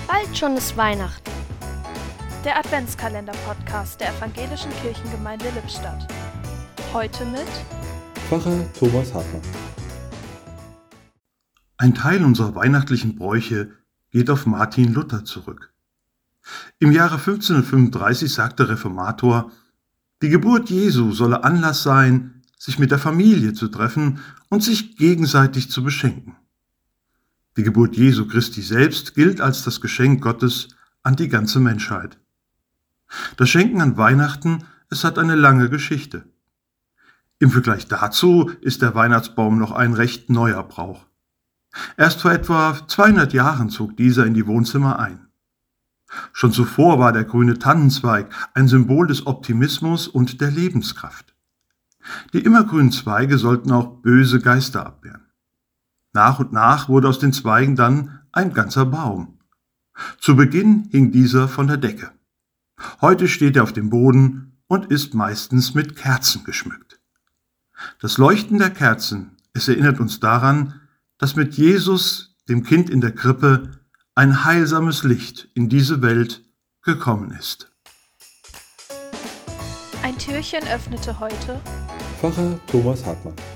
Bald schon ist Weihnachten. Der Adventskalender-Podcast der Evangelischen Kirchengemeinde Lippstadt. Heute mit Pfarrer Thomas Hartmann. Ein Teil unserer weihnachtlichen Bräuche geht auf Martin Luther zurück. Im Jahre 1535 sagte der Reformator, die Geburt Jesu solle Anlass sein, sich mit der Familie zu treffen und sich gegenseitig zu beschenken. Die Geburt Jesu Christi selbst gilt als das Geschenk Gottes an die ganze Menschheit. Das Schenken an Weihnachten, es hat eine lange Geschichte. Im Vergleich dazu ist der Weihnachtsbaum noch ein recht neuer Brauch. Erst vor etwa 200 Jahren zog dieser in die Wohnzimmer ein. Schon zuvor war der grüne Tannenzweig ein Symbol des Optimismus und der Lebenskraft. Die immergrünen Zweige sollten auch böse Geister abwehren. Nach und nach wurde aus den Zweigen dann ein ganzer Baum. Zu Beginn hing dieser von der Decke. Heute steht er auf dem Boden und ist meistens mit Kerzen geschmückt. Das Leuchten der Kerzen, es erinnert uns daran, dass mit Jesus, dem Kind in der Krippe, ein heilsames Licht in diese Welt gekommen ist. Ein Türchen öffnete heute Pfarrer Thomas Hartmann.